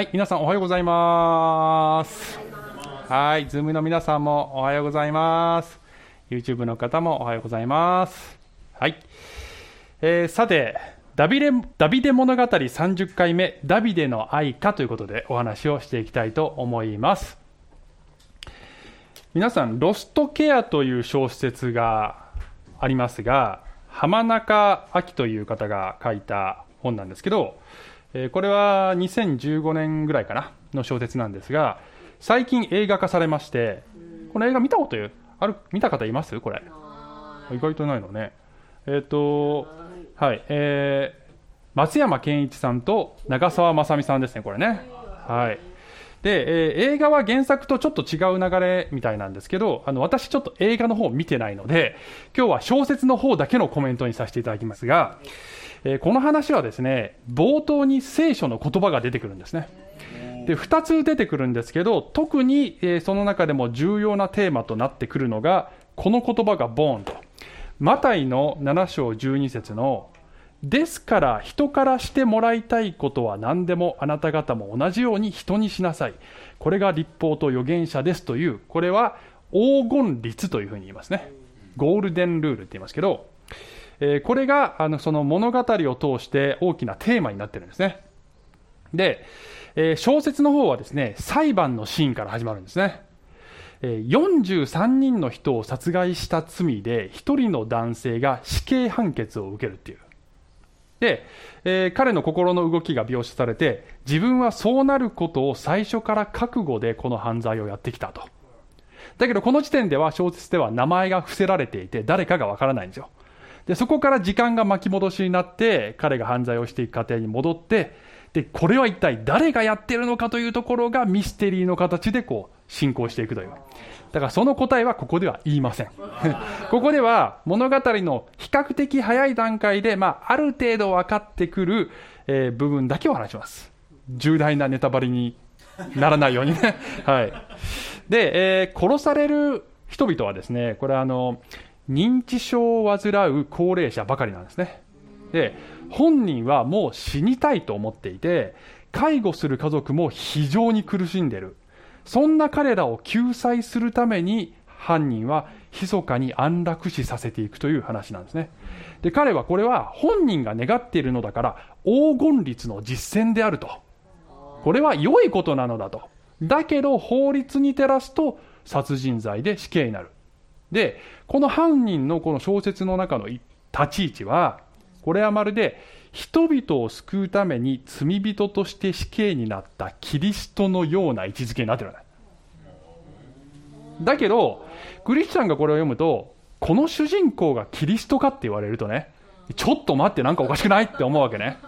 はい、皆さんおはようございます。はい、ズームの皆さんもおはようございます。YouTube の方もおはようございます。はい、さてダビデ物語30回目、ダビデの愛歌ということでお話をしていきたいと思います。皆さん、ロストケアという小説がありますが、浜中明という方が書いた本なんですけど、これは2015年ぐらいかなの小説なんですが、最近映画化されまして、この映画見た方います？これ意外とないのね。はい、松山ケンイチさんと長澤まさみさんですね、これね。はい。で、映画は原作とちょっと違う流れみたいなんですけど、私ちょっと映画の方を見てないので、今日は小説の方だけのコメントにさせていただきますが、この話はですね、冒頭に聖書の言葉が出てくるんですね。で、2つ出てくるんですけど、特に、その中でも重要なテーマとなってくるのが、この言葉がボーンと。マタイの7章12節の、ですから人からしてもらいたいことは何でもあなた方も同じように人にしなさい。これが律法と預言者ですという、これは黄金律というふうに言いますね。ゴールデンルールって言いますけど、これがその物語を通して大きなテーマになっているんですね。で、小説の方はですね、裁判のシーンから始まるんですね。43人の人を殺害した罪で1人の男性が死刑判決を受けるっていう。で、彼の心の動きが描写されて、自分はそうなることを最初から覚悟でこの犯罪をやってきたと。だけどこの時点では小説では名前が伏せられていて、誰かがわからないんですよ。で、そこから時間が巻き戻しになって、彼が犯罪をしていく過程に戻って、で、これは一体誰がやっているのかというところがミステリーの形で進行していくという。だからその答えはここでは言いません。ここでは物語の比較的早い段階で、ある程度分かってくる、部分だけを話します。重大なネタバレにならないようにね。はい。で、殺される人々はですね、これは認知症を患う高齢者ばかりなんですね。で、本人はもう死にたいと思っていて、介護する家族も非常に苦しんでいる。そんな彼らを救済するために犯人は密かに安楽死させていくという話なんですね。で、彼はこれは本人が願っているのだから黄金律の実践であると。これは良いことなのだと。だけど法律に照らすと殺人罪で死刑になる。で、この犯人のこの小説の中の立ち位置は、これはまるで人々を救うために罪人として死刑になったキリストのような位置づけになっている。だけどクリスチャンがこれを読むと、この主人公がキリストかって言われるとね、ちょっと待って、なんかおかしくないって思うわけね。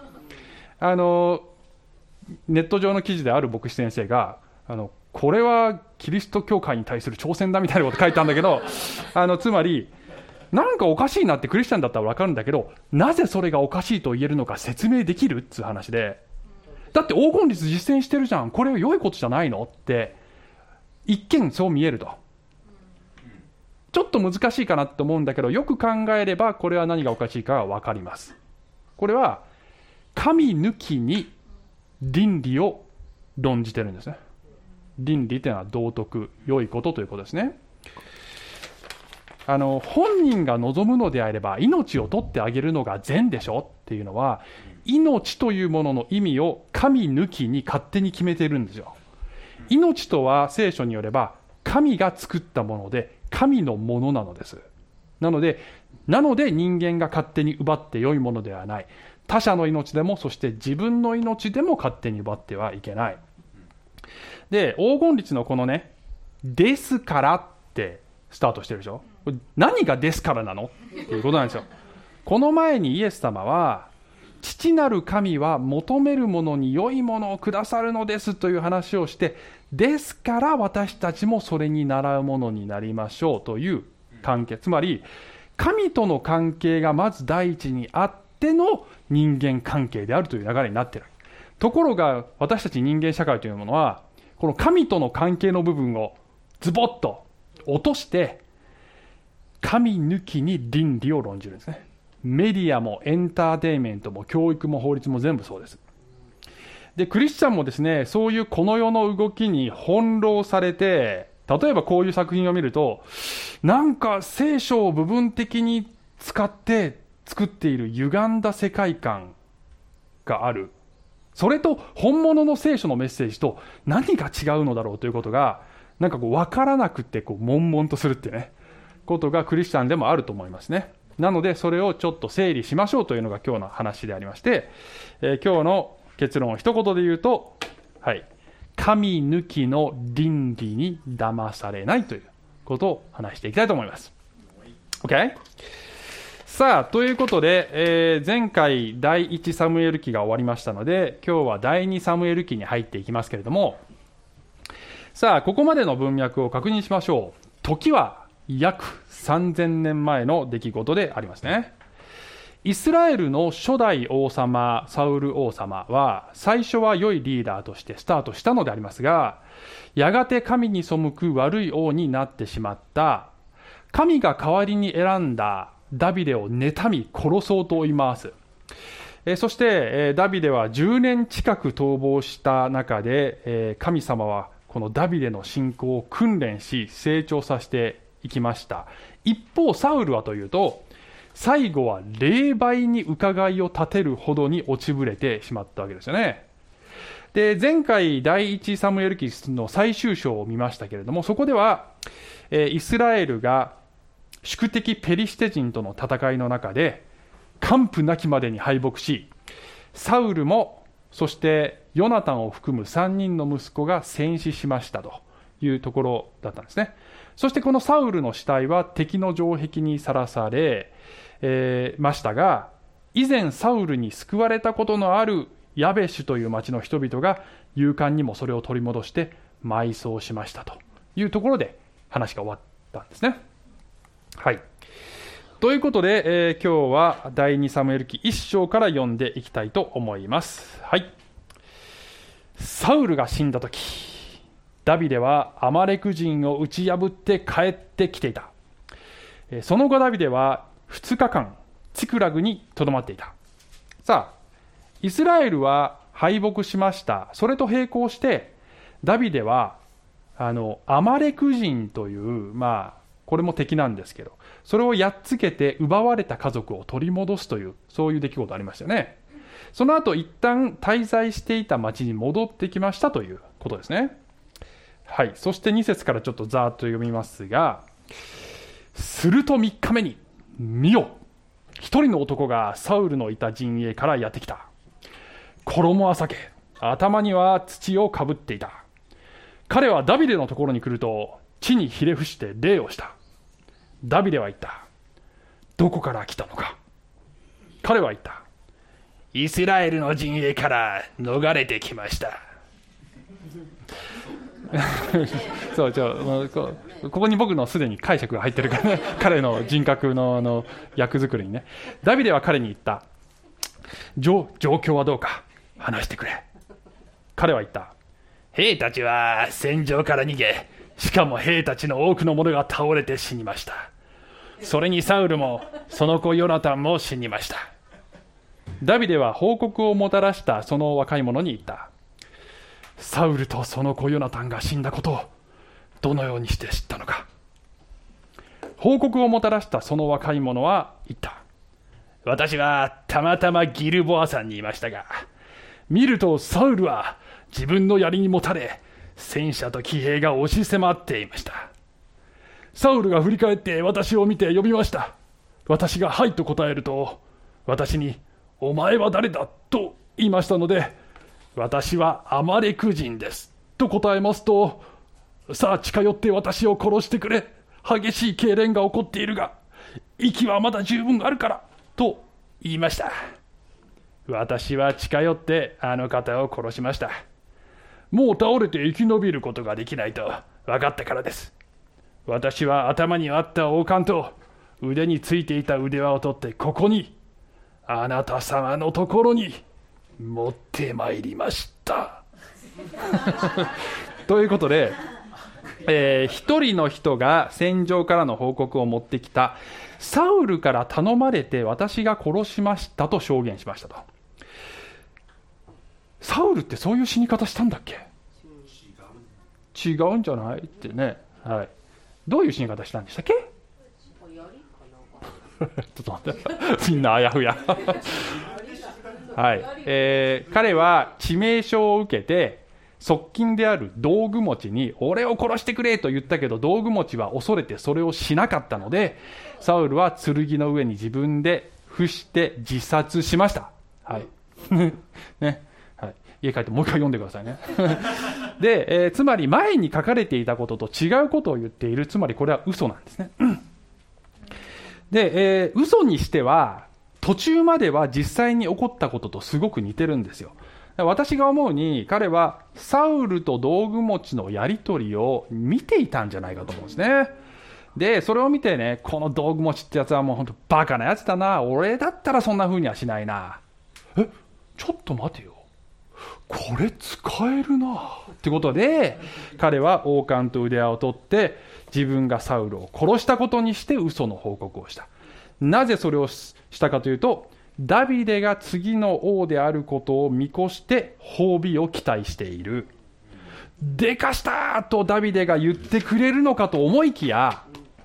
ネット上の記事である牧師先生がこれはキリスト教会に対する挑戦だみたいなこと書いたんだけど、つまりなんかおかしいなってクリスチャンだったら分かるんだけど、なぜそれがおかしいと言えるのか説明できるっていう話で、だって黄金律実践してるじゃん、これは良いことじゃないのって一見そう見えると。ちょっと難しいかなと思うんだけど、よく考えればこれは何がおかしいかが分かります。これは神抜きに倫理を論じてるんですね。倫理というのは道徳、良いことということですね。本人が望むのであれば命を取ってあげるのが善でしょっていうのは、命というものの意味を神抜きに勝手に決めてるんですよ。命とは聖書によれば神が作ったもので神のものなのです。なので人間が勝手に奪って良いものではない。他者の命でも、そして自分の命でも勝手に奪ってはいけない。で、黄金律のこのね、ですからってスタートしてるでしょ。何がですからなのっていうことなんですよ。この前にイエス様は、父なる神は求める者に良いものをくださるのですという話をして、ですから私たちもそれに倣うものになりましょうという関係。つまり、神との関係がまず第一にあっての人間関係であるという流れになっている。ところが私たち人間社会というものは、この神との関係の部分をズボッと落として神抜きに倫理を論じるんですね。メディアもエンターテインメントも教育も法律も全部そうです。 で、クリスチャンもですね、そういうこの世の動きに翻弄されて、例えばこういう作品を見ると、なんか聖書を部分的に使って作っている歪んだ世界観がある。それと本物の聖書のメッセージと何が違うのだろうということが、なんかこう分からなくて悶々とするっていうね、ことがクリスチャンでもあると思いますね。なのでそれをちょっと整理しましょうというのが今日の話でありまして、今日の結論を一言で言うと、はい、神抜きの倫理に騙されないということを話していきたいと思います。OK？ さあ、ということで、前回第1サムエル記が終わりましたので、今日は第2サムエル記に入っていきますけれども、さあ、ここまでの文脈を確認しましょう。時は約3000年前の出来事でありますね。イスラエルの初代王様、サウル王様は、最初は良いリーダーとしてスタートしたのでありますが、やがて神に背く悪い王になってしまった。神が代わりに選んだダビデを妬み殺そうと追い回す。そしてダビデは10年近く逃亡した中で、神様はこのダビデの信仰を訓練し成長させていきました。一方サウルはというと、最後は霊媒に伺いを立てるほどに落ちぶれてしまったわけですよね。で、前回第1サムエル記の最終章を見ましたけれども、そこではイスラエルが宿敵ペリシテ人との戦いの中で完膚なきまでに敗北し、サウルもそしてヨナタンを含む3人の息子が戦死しましたというところだったんですね。そしてこのサウルの死体は敵の城壁にさらされ、ましたが、以前サウルに救われたことのあるヤベシュという町の人々が勇敢にもそれを取り戻して埋葬しましたというところで話が終わったんですね。はい。ということで、今日は第2サムエル記1章から読んでいきたいと思います。はい。サウルが死んだとき、ダビデはアマレク人を打ち破って帰ってきていた。その後ダビデは2日間チクラグにとどまっていた。さあ、イスラエルは敗北しました。それと並行してダビデはアマレク人という、これも敵なんですけど、それをやっつけて奪われた家族を取り戻すという、そういう出来事ありましたよね。その後一旦滞在していた町に戻ってきましたということですね。はい。そして2節からちょっとざーっと読みますが、すると3日目に、見よ、一人の男がサウルのいた陣営からやってきた。衣は裂け、頭には土をかぶっていた。彼はダビデのところに来ると、地にひれ伏して礼をした。ダビデは言った。どこから来たのか。彼は言った。イスラエルの陣営から逃れてきました。ここに僕のすでに解釈が入ってるからね。彼の人格の役作りにね。ダビデは彼に言った。状況はどうか話してくれ。彼は言った。兵たちは戦場から逃げ、しかも兵たちの多くの者が倒れて死にました。それにサウルもその子ヨナタンも死にました。ダビデは報告をもたらしたその若い者に言った。サウルとその子ヨナタンが死んだことをどのようにして知ったのか。報告をもたらしたその若い者は言った。私はたまたまギルボア山にいましたが、見るとサウルは自分の槍にもたれ、戦車と騎兵が押し迫っていました。サウルが振り返って私を見て呼びました。私がはいと答えると、私にお前は誰だと言いましたので、私はアマレク人ですと答えますと、さあ近寄って私を殺してくれ、激しい痙攣が起こっているが息はまだ十分あるからと言いました。私は近寄ってあの方を殺しました。もう倒れて生き延びることができないと分かったからです。私は頭にあった王冠と腕についていた腕輪を取ってここに、あなた様のところに持ってまいりましたということで、一人の人が戦場からの報告を持ってきた。サウルから頼まれて私が殺しましたと証言しましたと。 サウルってそういう死に方したんだっけ？違うんじゃないってね、はい、どういう死に方したんでしたっけ？ちょっと待ってみんなあやふやはい、彼は致命傷を受けて側近である道具持ちに俺を殺してくれと言ったけど、道具持ちは恐れてそれをしなかったので、サウルは剣の上に自分で伏して自殺しました。はいね、はい、家帰ってもう一回読んでくださいねで、つまり前に書かれていたことと違うことを言っている。つまりこれは嘘なんですねで、嘘にしては途中までは実際に起こったこととすごく似てるんですよ。私が思うに彼はサウルと道具持ちのやり取りを見ていたんじゃないかと思うんですね。でそれを見てね、この道具持ちってやつはもう本当バカなやつだな、俺だったらそんな風にはしないな、ちょっと待てよ、これ使えるなってことで、彼は王冠と腕輪を取って自分がサウルを殺したことにして嘘の報告をした。なぜそれをしたかというと、ダビデが次の王であることを見越して褒美を期待している。でかしたとダビデが言ってくれるのかと思いきや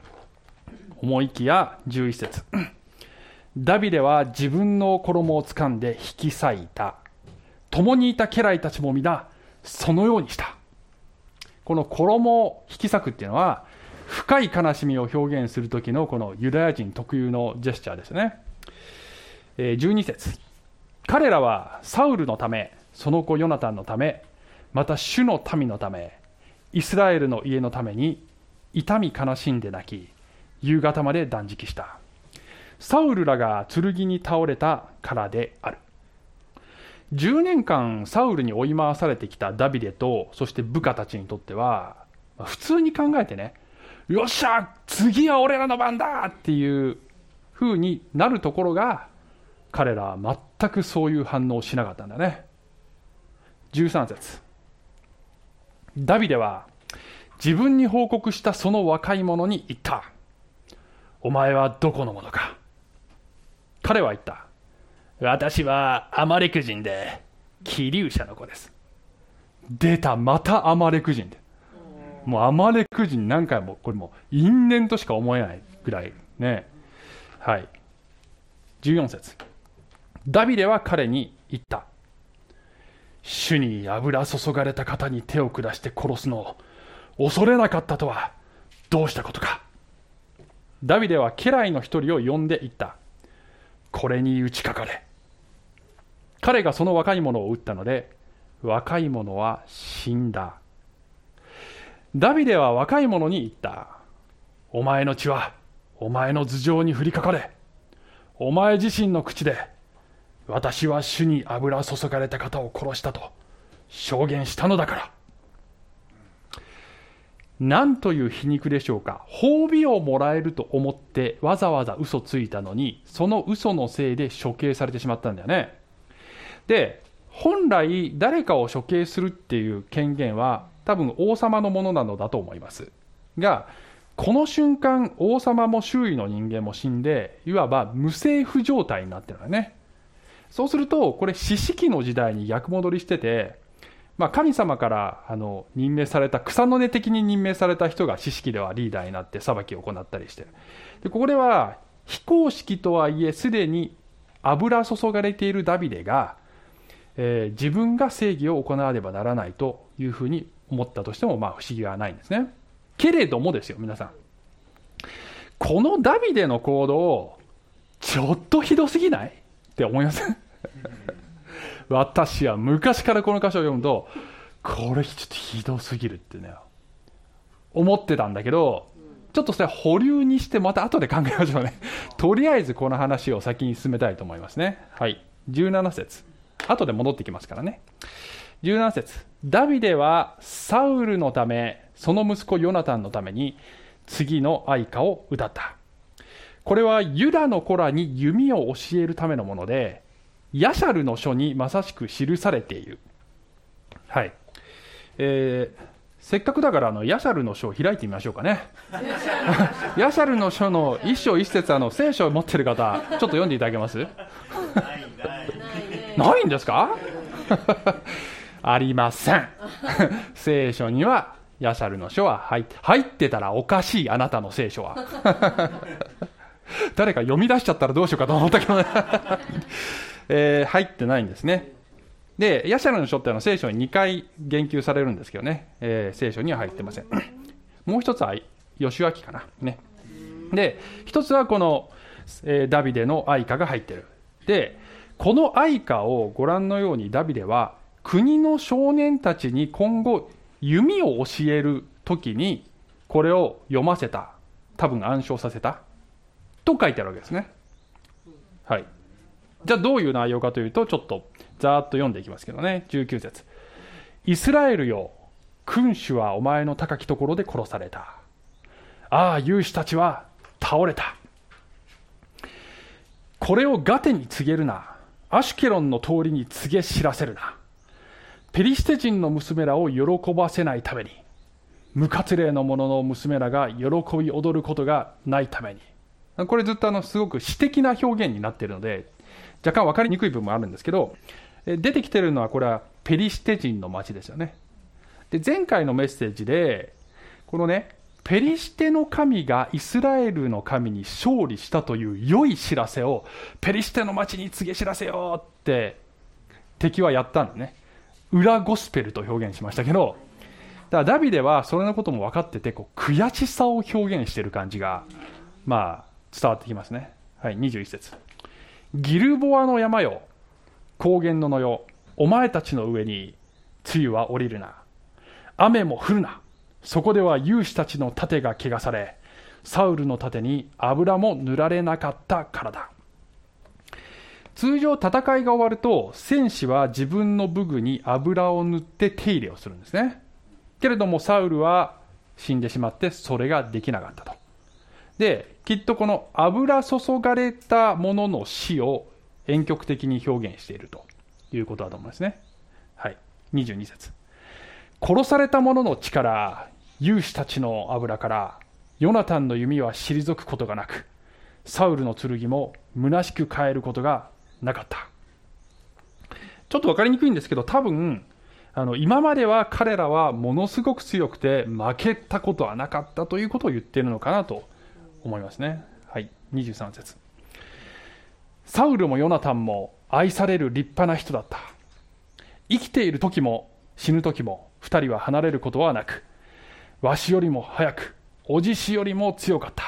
11節ダビデは自分の衣を掴んで引き裂いた。共にいた家来たちも皆そのようにした。この衣を引き裂くっていうのは深い悲しみを表現する時のこのユダヤ人特有のジェスチャーですね。12節彼らはサウルのため、その子ヨナタンのため、また主の民のため、イスラエルの家のために痛み悲しんで泣き、夕方まで断食した。サウルらが剣に倒れたからである。10年間サウルに追い回されてきたダビデとそして部下たちにとっては、普通に考えてね、よっしゃ次は俺らの番だっていう風になるところが、彼らは全くそういう反応をしなかったんだね。13節ダビデは自分に報告したその若い者に言った。お前はどこの者か。彼は言った。私はアマレク人でキリューシャの子です。出た、またアマレク人で。もうアマレク人何回も、これもう因縁としか思えないぐらいね。はい。14節ダビデは彼に言った。主に油注がれた方に手を下して殺すのを恐れなかったとはどうしたことか。ダビデは家来の一人を呼んで言った。これに打ちかかれ。彼がその若い者を撃ったので、若い者は死んだ。ダビデは若い者に言った。お前の血はお前の頭上に降りかかれ。お前自身の口で私は主に油注がれた方を殺したと証言したのだから。なんという皮肉でしょうか。褒美をもらえると思ってわざわざ嘘ついたのに、その嘘のせいで処刑されてしまったんだよね。で、本来誰かを処刑するっていう権限は多分王様のものなのだと思いますが、この瞬間王様も周囲の人間も死んで、いわば無政府状態になってるんだね。そうするとこれ四式の時代に逆戻りしてて、神様から任命された、草の根的に任命された人が四式ではリーダーになって裁きを行ったりして、でこれは非公式とはいえすでに油注がれているダビデが、自分が正義を行わねばならないというふうに思ったとしても不思議はないんですね。けれどもですよ、皆さん、このダビデの行動ちょっとひどすぎないって思いません私は昔からこの箇所を読むと、これちょっとひどすぎるってね思ってたんだけど、ちょっとそれは保留にしてまた後で考えましょうねとりあえずこの話を先に進めたいと思いますね。はい、17節、後で戻ってきますからね。17節ダビデはサウルのため、その息子ヨナタンのために次の愛歌を歌った。これはユダの子らに弓を教えるためのもので、ヤシャルの書にまさしく記されている。はい、せっかくだからヤシャルの書を開いてみましょうかねヤシャルの書の一章一節、聖書を持っている方ちょっと読んでいただけますないんですかありません。聖書にはヤシャルの書は入ってたらおかしい、あなたの聖書は。誰か読み出しちゃったらどうしようかと思ったけどね、入ってないんですね。で、ヤシャルの書って聖書に2回言及されるんですけどね、聖書には入ってません。もう一つはヨシュア記かな、ね。で、一つはこの、ダビデの愛歌が入ってる。で、この愛歌をご覧のようにダビデは国の少年たちに今後弓を教えるときにこれを読ませた、多分暗唱させたと書いてあるわけですね。はい。じゃあどういう内容かというと、ちょっとざーっと読んでいきますけどね。19節。イスラエルよ、君主はお前の高きところで殺された。ああ、勇士たちは倒れた。これをガテに告げるな。アシュケロンの通りに告げ知らせるな。ペリシテ人の娘らを喜ばせないために、無活霊の者の娘らが喜び踊ることがないために。これずっとすごく詩的な表現になっているので、若干分かりにくい部分もあるんですけど、出てきているのはこれはペリシテ人の町ですよね。で、前回のメッセージで、このね、ペリシテの神がイスラエルの神に勝利したという良い知らせをペリシテの町に告げ知らせようって敵はやったのね。裏ゴスペルと表現しましたけど、だからダビデはそれのことも分かってて、悔しさを表現している感じが伝わってきますね。はい、21節。ギルボアの山よ、高原の野よ、お前たちの上に梅雨は降りるな。雨も降るな。そこでは勇士たちの盾が汚され、サウルの盾に油も塗られなかったからだ。通常戦いが終わると、戦士は自分の武具に油を塗って手入れをするんですね。けれどもサウルは死んでしまってそれができなかったと。で、きっとこの油注がれたものの死を婉曲的に表現しているということだと思いますね。はい、22節。殺された者の力、勇士たちの油からヨナタンの弓は退くことがなく、サウルの剣も虚しく変えることがなかった。ちょっと分かりにくいんですけど、多分今までは彼らはものすごく強くて負けたことはなかったということを言っているのかなと思いますね。はい、23節。サウルもヨナタンも愛される立派な人だった。生きている時も死ぬ時も二人は離れることはなく、わしよりも早く、おじしよりも強かった。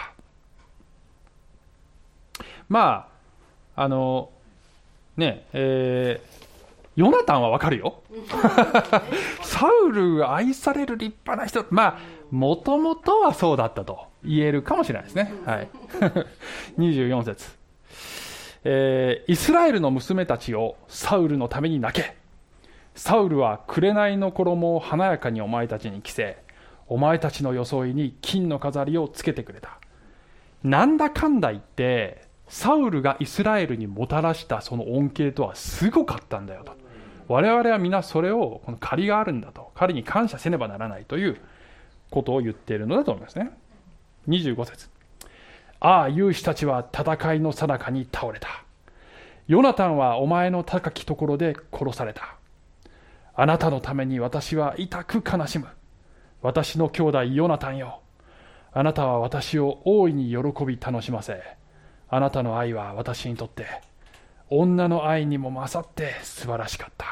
ヨナタンはわかるよ。サウル愛される立派な人、もともとはそうだったと言えるかもしれないですね。はい、24節。イスラエルの娘たちをサウルのために泣け。サウルは紅の衣を華やかにお前たちに着せ、お前たちの装いに金の飾りをつけてくれた。なんだかんだ言ってサウルがイスラエルにもたらしたその恩恵とはすごかったんだよと。我々は皆それを、この借りがあるんだと、彼に感謝せねばならないということを言っているのだと思いますね。25節。ああ、勇士たちは戦いの最中に倒れた。ヨナタンはお前の高きところで殺された。あなたのために私は痛く悲しむ。私の兄弟ヨナタンよ、あなたは私を大いに喜び楽しませ、あなたの愛は私にとって女の愛にも勝って素晴らしかった。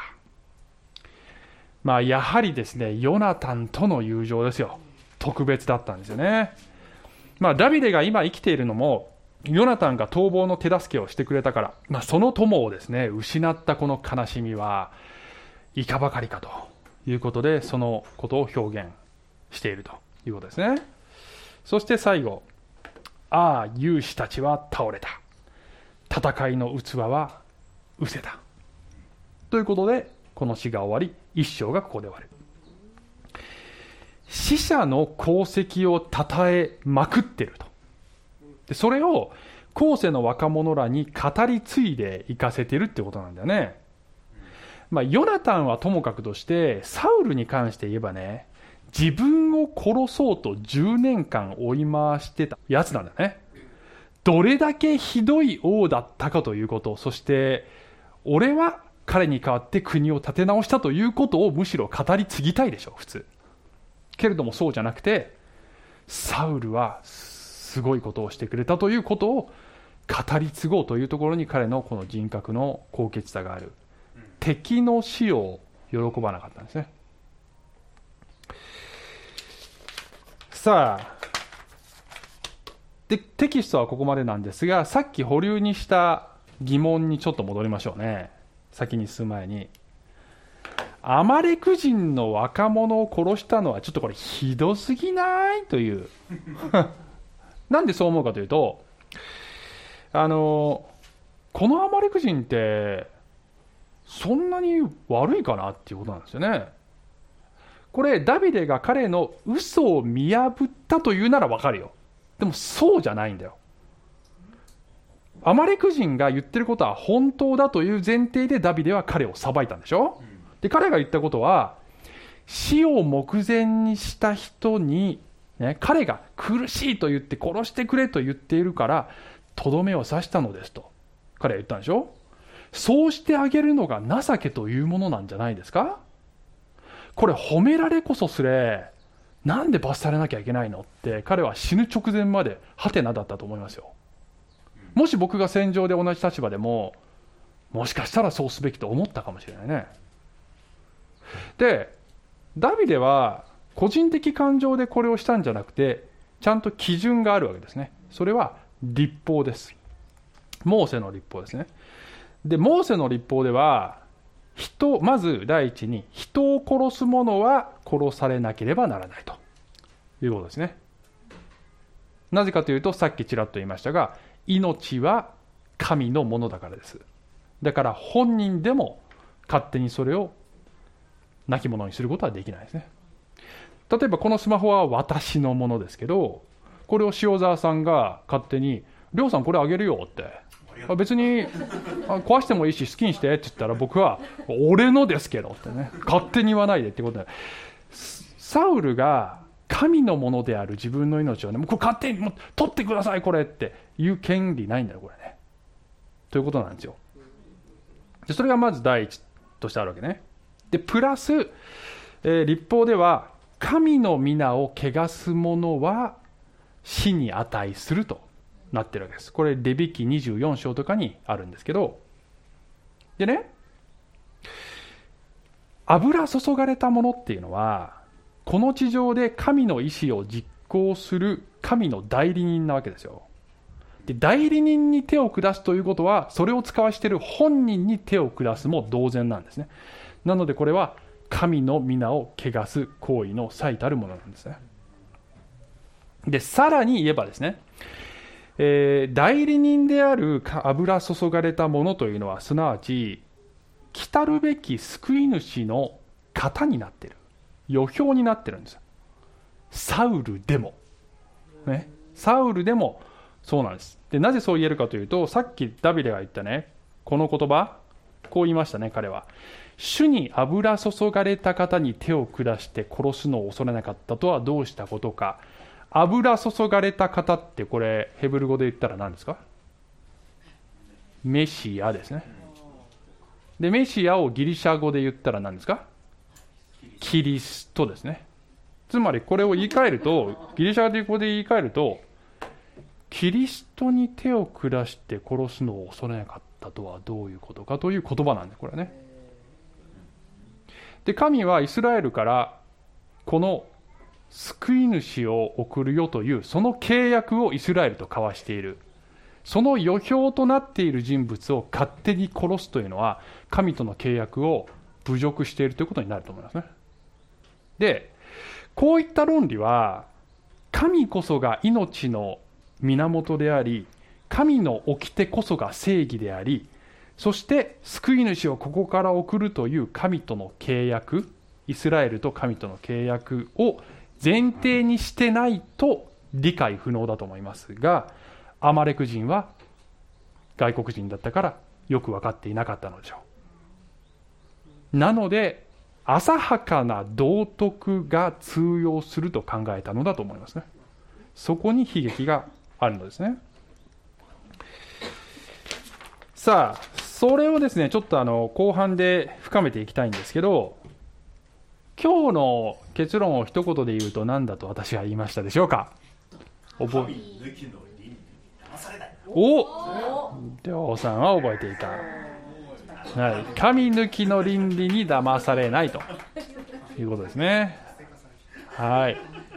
やはりですね、ヨナタンとの友情ですよ。特別だったんですよね。ダビデが今生きているのもヨナタンが逃亡の手助けをしてくれたから、その友をですね失ったこの悲しみはいかばかりかということで、そのことを表現しているということですね。そして最後、ああ、勇士たちは倒れた。戦いの器は失せた。ということで、この詩が終わり、一章がここで終わる。死者の功績を称えまくっていると。でそれを後世の若者らに語り継いでいかせているってことなんだよね。ヨナタンはともかくとして、サウルに関して言えばね、自分を殺そうと10年間追い回してたやつなんだね。どれだけひどい王だったかということ、そして俺は彼に代わって国を立て直したということをむしろ語り継ぎたいでしょう、普通。けれどもそうじゃなくて、サウルはすごいことをしてくれたということを語り継ごうというところに彼のこの人格の高潔さがある。敵の死を喜ばなかったんですね。さあ、でテキストはここまでなんですが、さっき保留にした疑問にちょっと戻りましょうね。先に進む前に、アマレク人の若者を殺したのはちょっとこれひどすぎないというなんでそう思うかというと、このアマレク人ってそんなに悪いかなっていうことなんですよね。これダビデが彼の嘘を見破ったというならわかるよ。でもそうじゃないんだよ。アマレク人が言ってることは本当だという前提でダビデは彼を裁いたんでしょ。で彼が言ったことは、死を目前にした人に、ね、彼が苦しいと言って殺してくれと言っているからとどめを刺したのですと彼は言ったんでしょ。そうしてあげるのが情けというものなんじゃないですか。これ褒められこそすれ、なんで罰されなきゃいけないのって彼は死ぬ直前までハテナだったと思いますよ。もし僕が戦場で同じ立場でも、もしかしたらそうすべきと思ったかもしれないね。でダビデは個人的感情でこれをしたんじゃなくて、ちゃんと基準があるわけですね。それは律法です。モーセの律法ですね。でモーセの律法では、まず第一に人を殺す者は殺されなければならないということですね。なぜかというと、さっきちらっと言いましたが、命は神のものだからです。だから本人でも勝手にそれを亡き者にすることはできないですね。例えばこのスマホは私のものですけど、これを塩沢さんが勝手に「りょうさんこれあげるよ」って、別に壊してもいいし好きにしてって言ったら、僕は「俺のですけど」ってね、勝手に言わないでってことで、サウルが神のものである自分の命をね、もうこれ勝手にもう取ってくださいこれっていう権利ないんだよこれね、ということなんですよ。でそれがまず第一としてあるわけね。でプラス、律法では神の皆を汚す者は死に値するとなってるわけです。これレビ記24章とかにあるんですけど、でね、油注がれたものっていうのはこの地上で神の意志を実行する神の代理人なわけですよ。で代理人に手を下すということは、それを使わしている本人に手を下すも同然なんですね。なのでこれは神の皆を汚す行為の最たるものなんですね。でさらに言えばですね、代理人である油注がれたものというのは、すなわち来たるべき救い主の型になっている、予表になっているんです。サウルでも、ね、サウルでもそうなんです。でなぜそう言えるかというと、さっきダビデが言ったね、この言葉こう言いましたね。彼は主に油注がれた方に手を下して殺すのを恐れなかったとはどうしたことか。油注がれた方ってこれヘブル語で言ったら何ですか？メシアですね。でメシアをギリシャ語で言ったら何ですか？キリストですね。つまりこれを言い換えると、ギリシャ語で言い換えると、キリストに手を下して殺すのを恐れなかったとはどういうことかという言葉なんです、これね。で神はイスラエルからこの救い主を送るよというその契約をイスラエルと交わしている。その予表となっている人物を勝手に殺すというのは、神との契約を侮辱しているということになると思いますね。でこういった論理は、神こそが命の源であり、神の掟こそが正義であり、そして救い主をここから送るという神との契約、イスラエルと神との契約を前提にしてないと理解不能だと思いますが、アマレク人は外国人だったからよく分かっていなかったのでしょう。なので浅はかな道徳が通用すると考えたのだと思いますね。そこに悲劇があるのですね。さあそれをですねちょっと後半で深めていきたいんですけど、今日の結論を一言で言うと何だと私は言いましたでしょうか。覚えおりょうさんは覚えていた、はい、神抜きの倫理に騙されないということですね。はい、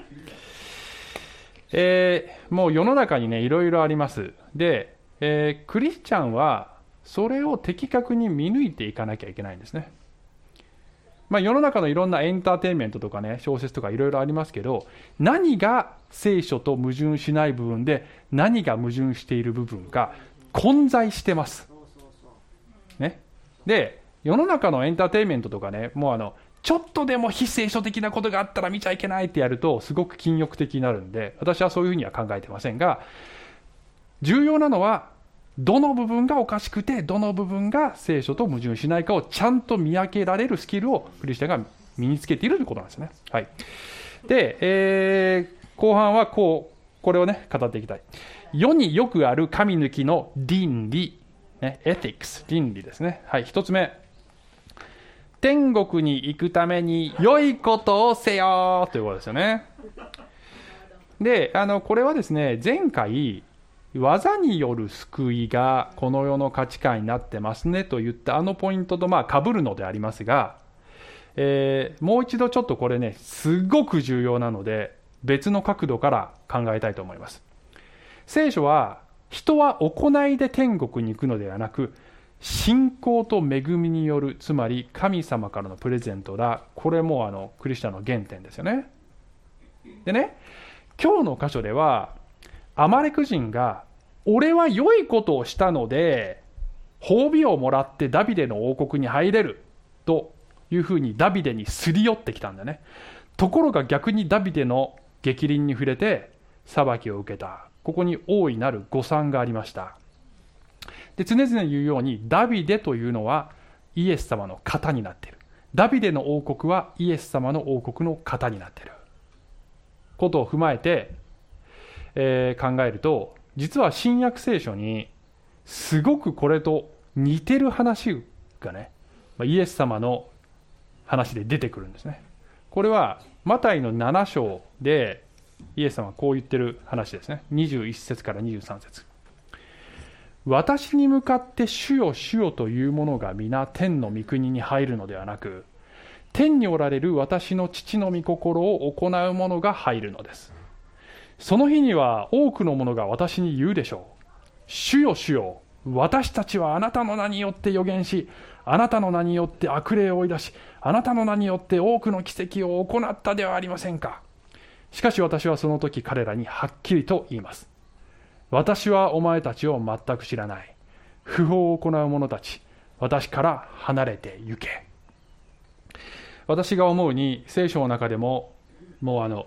もう世の中にねいろいろあります。で、クリスチャンはそれを的確に見抜いていかなきゃいけないんですね。世の中のいろんなエンターテインメントとかね小説とかいろいろありますけど、何が聖書と矛盾しない部分で何が矛盾している部分か混在してます、ね、で世の中のエンターテインメントとかね、もうちょっとでも非聖書的なことがあったら見ちゃいけないってやるとすごく禁欲的になるんで、私はそういうふうには考えてませんが、重要なのはどの部分がおかしくてどの部分が聖書と矛盾しないかをちゃんと見分けられるスキルをクリスチャンが身につけているということなんですね。はい、で、後半はこれをね語っていきたい。世によくある神抜きの倫理、ね、エティクス、倫理ですね。はい、一つ目、天国に行くために良いことをせよということですよね。でこれはですね前回技による救いがこの世の価値観になってますねと言ったポイントと被るのでありますが、もう一度ちょっとこれねすごく重要なので別の角度から考えたいと思います。聖書は人は行いで天国に行くのではなく信仰と恵みによる、つまり神様からのプレゼントだ。これもクリスチャンの原点ですよね。でね、今日の箇所ではアマレク人が俺は良いことをしたので褒美をもらってダビデの王国に入れるというふうにダビデにすり寄ってきたんだね。ところが逆にダビデの逆鱗に触れて裁きを受けた。ここに大いなる誤算がありました。で、常々言うようにダビデというのはイエス様の型になっている。ダビデの王国はイエス様の王国の型になっていることを踏まえて考えると、実は新約聖書にすごくこれと似てる話がね、イエス様の話で出てくるんですね。これはマタイの7章でイエス様はこう言ってる話ですね。21節から23節。私に向かって主よ主よというものが皆天の御国に入るのではなく、天におられる私の父の御心を行う者が入るのです。その日には多くの者が私に言うでしょう。主よ主よ、私たちはあなたの名によって預言し、あなたの名によって悪霊を追い出し、あなたの名によって多くの奇跡を行ったではありませんか。しかし私はその時彼らにはっきりと言います。私はお前たちを全く知らない。不法を行う者たち、私から離れて行け。私が思うに聖書の中でももう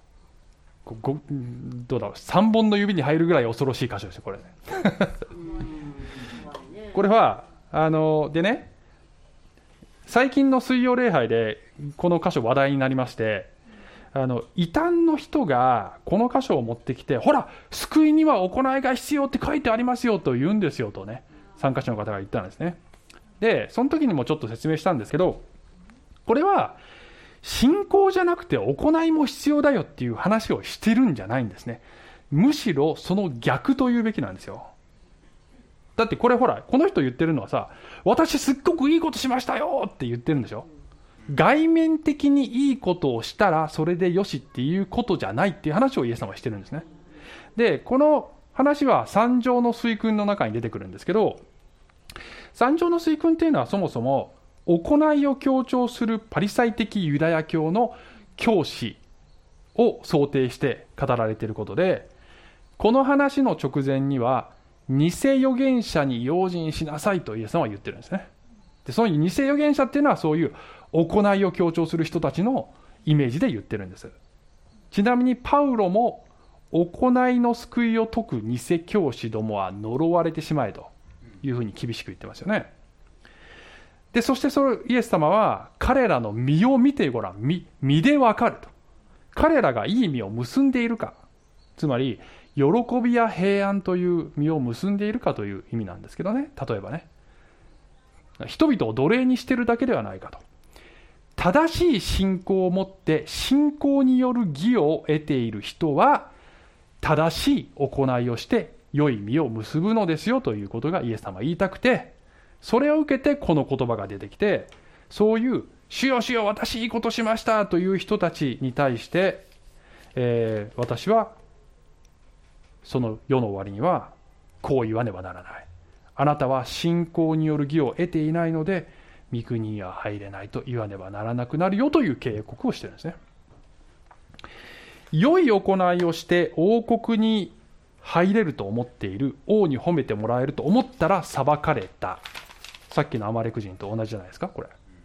どうだろう、3本の指に入るぐらい恐ろしい箇所ですよこれねこれはでね、最近の水曜礼拝でこの箇所話題になりまして、異端の人がこの箇所を持ってきて、ほら救いには行いが必要って書いてありますよと言うんですよとね、参加者の方が言ったんですね。でその時にもちょっと説明したんですけど、これは信仰じゃなくて行いも必要だよっていう話をしてるんじゃないんですね。むしろその逆と言うべきなんですよ。だってこれほら、この人言ってるのはさ、私すっごくいいことしましたよって言ってるんでしょ。外面的にいいことをしたらそれでよしっていうことじゃないっていう話をイエス様はしてるんですね。でこの話は三条の水訓の中に出てくるんですけど、三条の水訓っていうのはそもそも行いを強調するパリサイ的ユダヤ教の教師を想定して語られていることで、この話の直前には偽預言者に用心しなさいとイエス様は言ってるんですね。でその偽預言者っていうのはそういう行いを強調する人たちのイメージで言ってるんです。ちなみにパウロも行いの救いを説く偽教師どもは呪われてしまえというふうに厳しく言ってますよね。でそしてイエス様は彼らの実を見てごらん、実でわかると。彼らがいい実を結んでいるか、つまり喜びや平安という実を結んでいるかという意味なんですけどね。例えばね、 人々を奴隷にしているだけではないかと。正しい信仰を持って信仰による義を得ている人は正しい行いをして良い実を結ぶのですよということがイエス様は言いたくて、それを受けてこの言葉が出てきて、そういう主よ主よ私いいことしましたという人たちに対して、私はその世の終わりにはこう言わねばならない。あなたは信仰による義を得ていないので御国には入れないと言わねばならなくなるよという警告をしているんですね。良い行いをして王国に入れると思っている、王に褒めてもらえると思ったら裁かれた。さっきのアマレク人と同じじゃないですか、これ。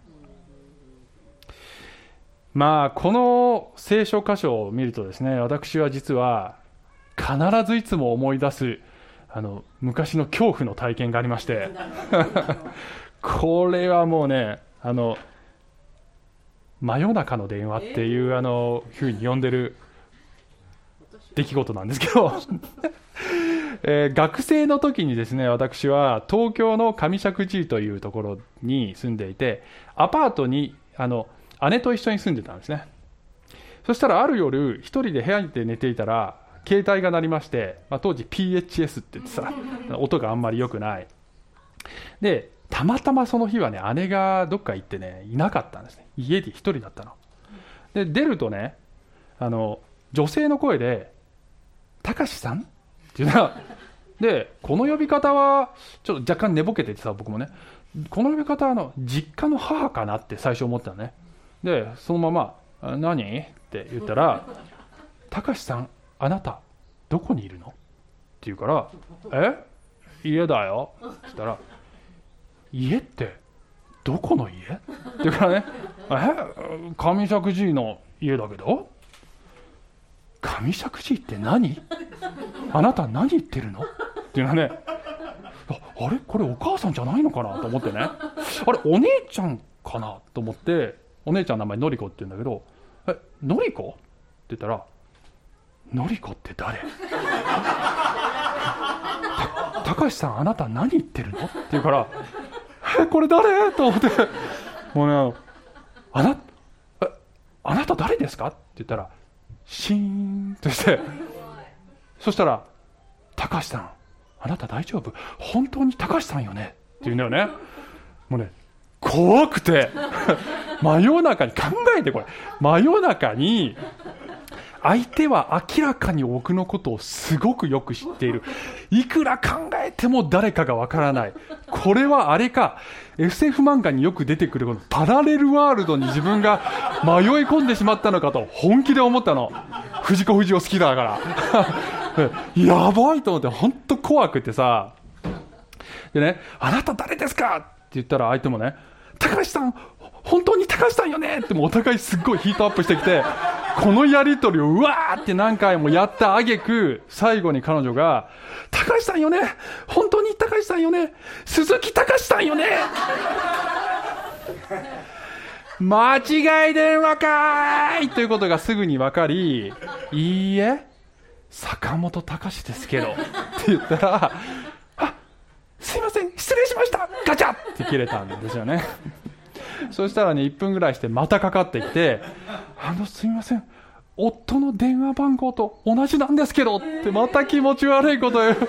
まあこの聖書箇所を見るとですね、私は実は必ずいつも思い出す昔の恐怖の体験がありましてこれはもうね、真夜中の電話っていうふうに呼んでる出来事なんですけど学生の時にですね、私は東京の上石神井というところに住んでいて、アパートに姉と一緒に住んでたんですね。そしたらある夜一人で部屋で寝ていたら携帯が鳴りまして、当時 PHS って言ってさ音があんまり良くない。でたまたまその日はね、姉がどっか行ってねいなかったんですね。家で一人だったので、出るとね、女性の声でたかしさんっていうので、この呼び方はちょっと若干寝ぼけててさ、僕もねこの呼び方は実家の母かなって最初思ったのね。でそのまま何って言ったら、たかしさんあなたどこにいるのって言うから、家だよって言ったら、家ってどこの家って言うからね、上石神井の家だけど、上石神井って何、あなた何言ってるのっていうのはね、あれこれお母さんじゃないのかなと思ってね、あれお姉ちゃんかなと思って、お姉ちゃんの名前のりこって言うんだけど、のりこって言ったら、のりこって誰たかしさんあなた何言ってるのって言うから、これ誰と思って、もうね、あなた誰ですかって言ったらシーンとして、そしたら、たかしさんあなた大丈夫、本当にたかしさんよねって言うんだよね。もうね怖くて真夜中に考えて、これ真夜中に相手は明らかに僕のことをすごくよく知っている、いくら考えても誰かがわからない、これはあれか SF 漫画によく出てくるこのパラレルワールドに自分が迷い込んでしまったのかと本気で思ったの。藤子不二雄好きだからやばいと思って、本当怖くてさ。でね、あなた誰ですかって言ったら相手もね、高橋さん本当に高橋さんよねって、もうお互いすっごいヒートアップしてきて、このやり取りをうわーって何回もやった挙句、最後に彼女が、高橋さんよね、本当に高橋さんよね、鈴木高橋さんよね間違い電話かーいということがすぐに分かり、いいえ坂本隆ですけどって言ったら、すいません失礼しましたガチャって切れたんですよねそしたらね、1分ぐらいしてまたかかってきて、すいません夫の電話番号と同じなんですけどってまた気持ち悪いこと言う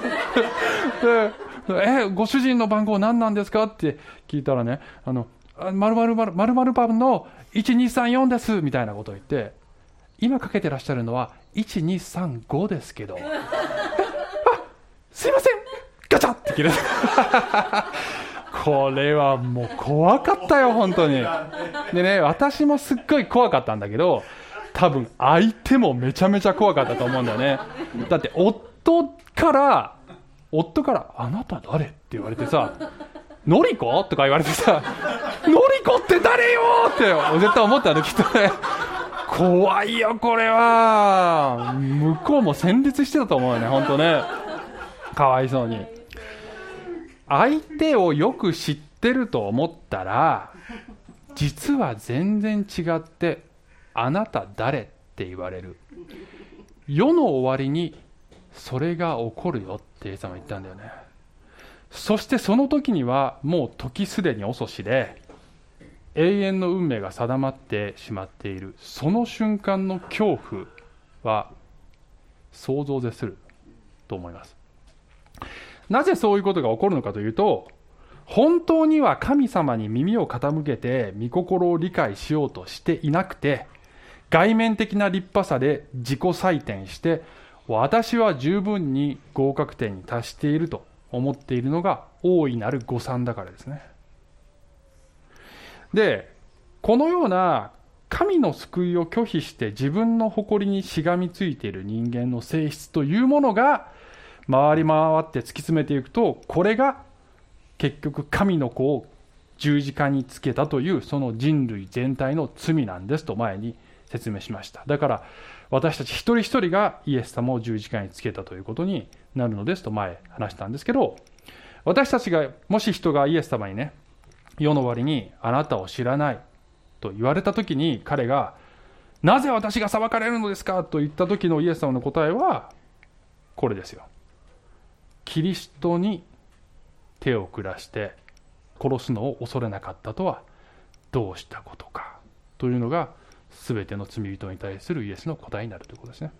で、ご主人の番号何なんですかって聞いたらね、〇〇番の1234ですみたいなことを言って、今かけてらっしゃるのは1235ですけどすいませんガチャって切れたこれはもう怖かったよ本当に。でね、私もすっごい怖かったんだけど、多分相手もめちゃめちゃ怖かったと思うんだよね。だって夫からあなた誰って言われてさ、のりことか言われてさ、のりこって誰よって絶対思ったのきっとね。怖いよこれは。向こうも戦慄してたと思うよね本当ね。かわいそうに。相手をよく知ってると思ったら、実は全然違って、あなた誰って言われる。世の終わりにそれが起こるよってイエス様言ったんだよね。 そしてその時にはもう時すでに遅しで、永遠の運命が定まってしまっている。その瞬間の恐怖は想像を絶すると思います。なぜそういうことが起こるのかというと、本当には神様に耳を傾けて御心を理解しようとしていなくて、外面的な立派さで自己採点して、私は十分に合格点に達していると思っているのが大いなる誤算だからですね。で、このような神の救いを拒否して自分の誇りにしがみついている人間の性質というものが回り回って突き詰めていくと、これが結局神の子を十字架につけたというその人類全体の罪なんですと前に説明しました。だから私たち一人一人がイエス様を十字架につけたということになるのですと前話したんですけど、私たちがもし人がイエス様にね、世の終わりにあなたを知らないと言われた時に、彼がなぜ私が裁かれるのですかと言った時のイエス様の答えはこれですよ。キリストに手を下して殺すのを恐れなかったとはどうしたことかというのが全ての罪人に対するイエスの答えになるということですね。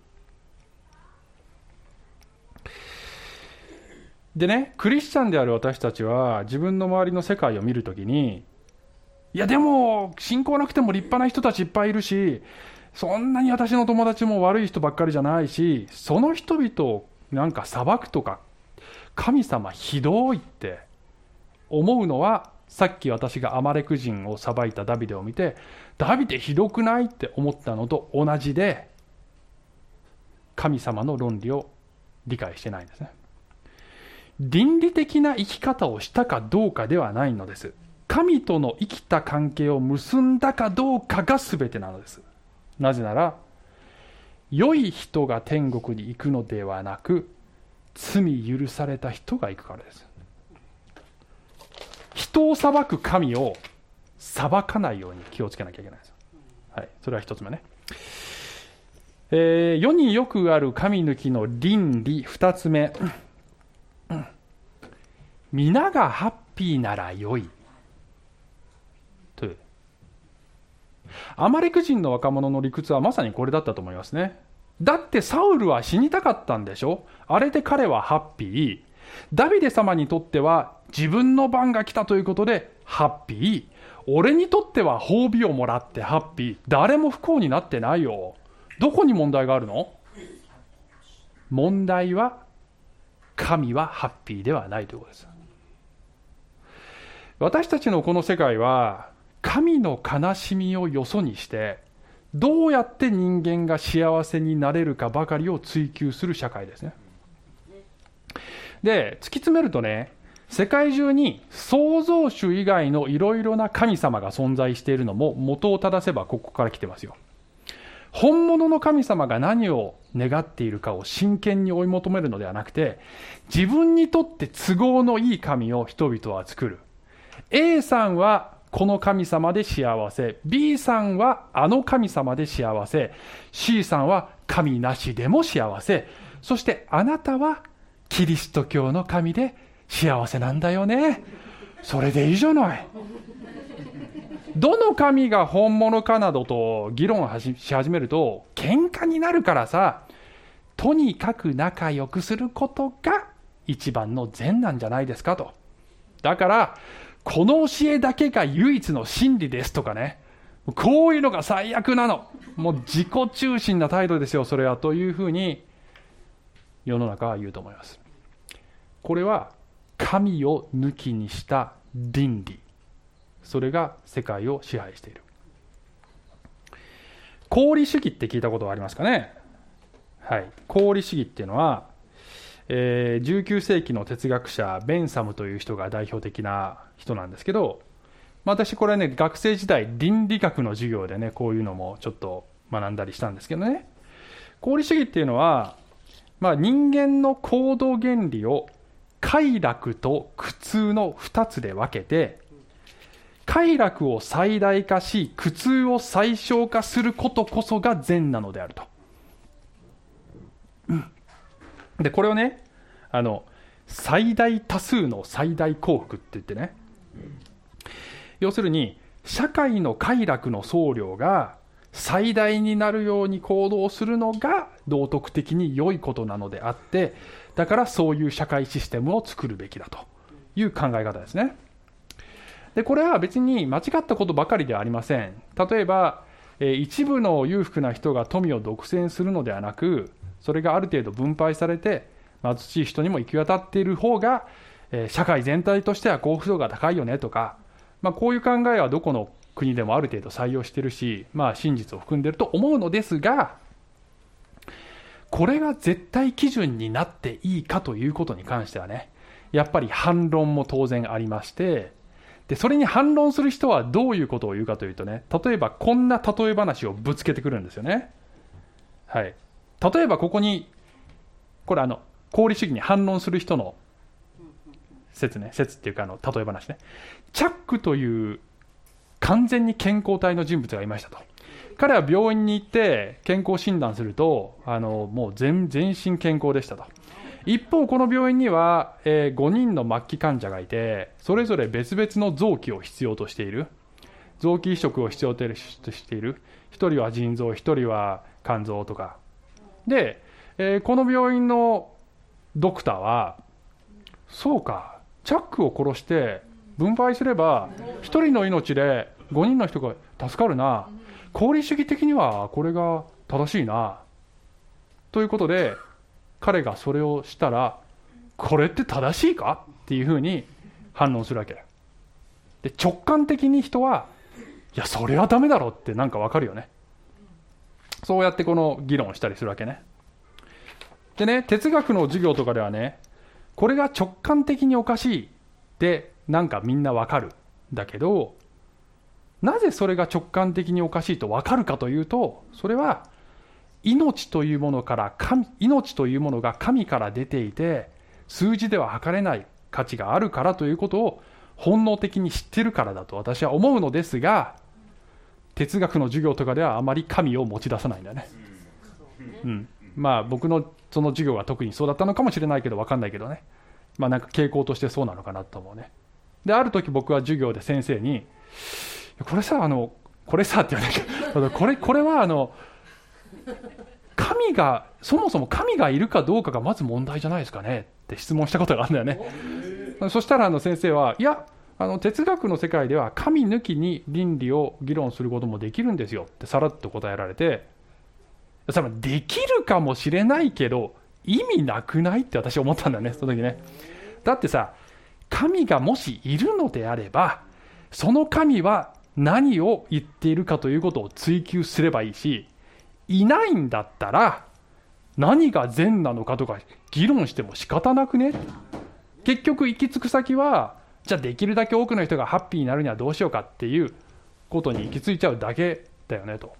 でね、クリスチャンである私たちは自分の周りの世界を見るときに、いやでも信仰なくても立派な人たちいっぱいいるし、そんなに私の友達も悪い人ばっかりじゃないし、その人々をなんか裁くとか神様ひどいって思うのは、さっき私がアマレク人を裁いたダビデを見て、ダビデひどくないって思ったのと同じで、神様の論理を理解してないんですね。倫理的な生き方をしたかどうかではないのです。神との生きた関係を結んだかどうかが全てなのです。なぜなら、良い人が天国に行くのではなく、罪許された人が行くからです。人を裁く神を裁かないように気をつけなきゃいけないです。はい、それは一つ目ね。世によくある神抜きの倫理二つ目。皆がハッピーなら良いという。アマレク人の若者の理屈はまさにこれだったと思いますね。だってサウルは死にたかったんでしょ。あれで彼はハッピー。ダビデ様にとっては自分の番が来たということでハッピー。俺にとっては褒美をもらってハッピー。誰も不幸になってないよ。どこに問題があるの？問題は神はハッピーではないということです。私たちのこの世界は神の悲しみをよそにしてどうやって人間が幸せになれるかばかりを追求する社会ですね。で、突き詰めるとね、世界中に創造主以外のいろいろな神様が存在しているのも元を正せばここから来てますよ。本物の神様が何を願っているかを真剣に追い求めるのではなくて、自分にとって都合のいい神を人々は作る。A さんはこの神様で幸せ、 B さんはあの神様で幸せ、 C さんは神なしでも幸せ、そしてあなたはキリスト教の神で幸せなんだよね。それでいいじゃない。どの神が本物かなどと議論し始めると喧嘩になるからさ、とにかく仲良くすることが一番の善なんじゃないですかと。だからこの教えだけが唯一の真理ですとかね、こういうのが最悪なの、もう自己中心な態度ですよそれは、というふうに世の中は言うと思います。これは神を抜きにした倫理、それが世界を支配している。功利主義って聞いたことはありますかね。はい、功利主義っていうのは、19世紀の哲学者ベンサムという人が代表的な人なんですけど、私これね、学生時代倫理学の授業でね、こういうのもちょっと学んだりしたんですけどね、功利主義っていうのは、人間の行動原理を快楽と苦痛の2つで分けて、快楽を最大化し苦痛を最小化することこそが善なのであると。でこれをね、 最大多数の最大幸福って言ってね、要するに社会の快楽の総量が最大になるように行動するのが道徳的に良いことなのであって、だからそういう社会システムを作るべきだという考え方ですね。でこれは別に間違ったことばかりではありません。例えば一部の裕福な人が富を独占するのではなく、それがある程度分配されて貧しい人にも行き渡っている方が社会全体としては幸福度が高いよねとか、こういう考えはどこの国でもある程度採用しているし、真実を含んでいると思うのですが、これが絶対基準になっていいかということに関してはね、やっぱり反論も当然ありまして、でそれに反論する人はどういうことを言うかというとね、例えばこんな例え話をぶつけてくるんですよね。はい、例えばここにこれ功利主義に反論する人の説っていうか例え話ね。チャックという完全に健康体の人物がいましたと。彼は病院に行って健康診断するともう全身健康でしたと。一方この病院には、5人の末期患者がいて、それぞれ別々の臓器を必要としている、臓器移植を必要としている。一人は腎臓、一人は肝臓とかで、この病院のドクターは、そうか、チャックを殺して分配すれば一人の命で5人の人が助かるな、功利主義的にはこれが正しいなということで、彼がそれをしたら、これって正しいかっていうふうに反論するわけで、直感的に人は、いやそれはダメだろってなんかわかるよね。そうやってこの議論をしたりするわけね。でね、哲学の授業とかではね、これが直感的におかしいってなんかみんなわかるんだけど、なぜそれが直感的におかしいとわかるかというと、それは命というものが神から出ていて、数字では測れない価値があるからということを本能的に知っているからだと私は思うのですが、哲学の授業とかではあまり神を持ち出さないんだよね。僕のその授業は特にそうだったのかもしれないけど、分かんないけどね、なんか傾向としてそうなのかなと思うね。である時僕は授業で先生に、これさって言わないけど、これは神がそもそも神がいるかどうかがまず問題じゃないですかねって質問したことがあるんだよね。そしたら先生は、いや哲学の世界では神抜きに倫理を議論することもできるんですよってさらっと答えられて、それできるかもしれないけど意味なくないって私は思ったんだよね、その時ね。だってさ、神がもしいるのであれば、その神は何を言っているかということを追求すればいいし、いないんだったら何が善なのかとか議論しても仕方なくね。結局行き着く先は、じゃあできるだけ多くの人がハッピーになるにはどうしようかっていうことに行き着いちゃうだけだよねと。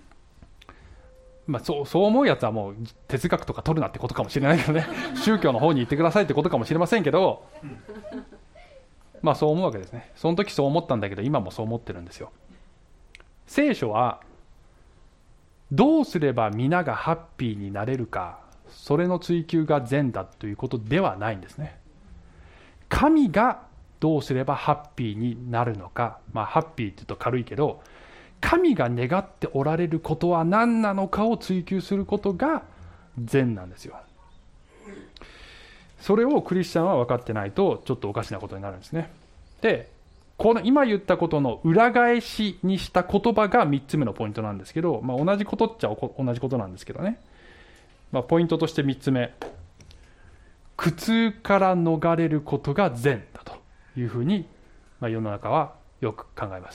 そう思うやつはもう哲学とか取るなってことかもしれないけどね宗教の方に行ってくださいってことかもしれませんけど、そう思うわけですね。その時そう思ったんだけど、今もそう思ってるんですよ。聖書はどうすれば皆がハッピーになれるか、それの追求が善だということではないんですね。神がどうすればハッピーになるのか、ハッピーって言うと軽いけど、神が願っておられることは何なのかを追求することが善なんですよ。それをクリスチャンは分かってないとちょっとおかしなことになるんですね。で、この今言ったことの裏返しにした言葉が3つ目のポイントなんですけど、同じことっちゃ同じことなんですけどね。ポイントとして3つ目、苦痛から逃れることが善だというふうに、世の中はよく考えます。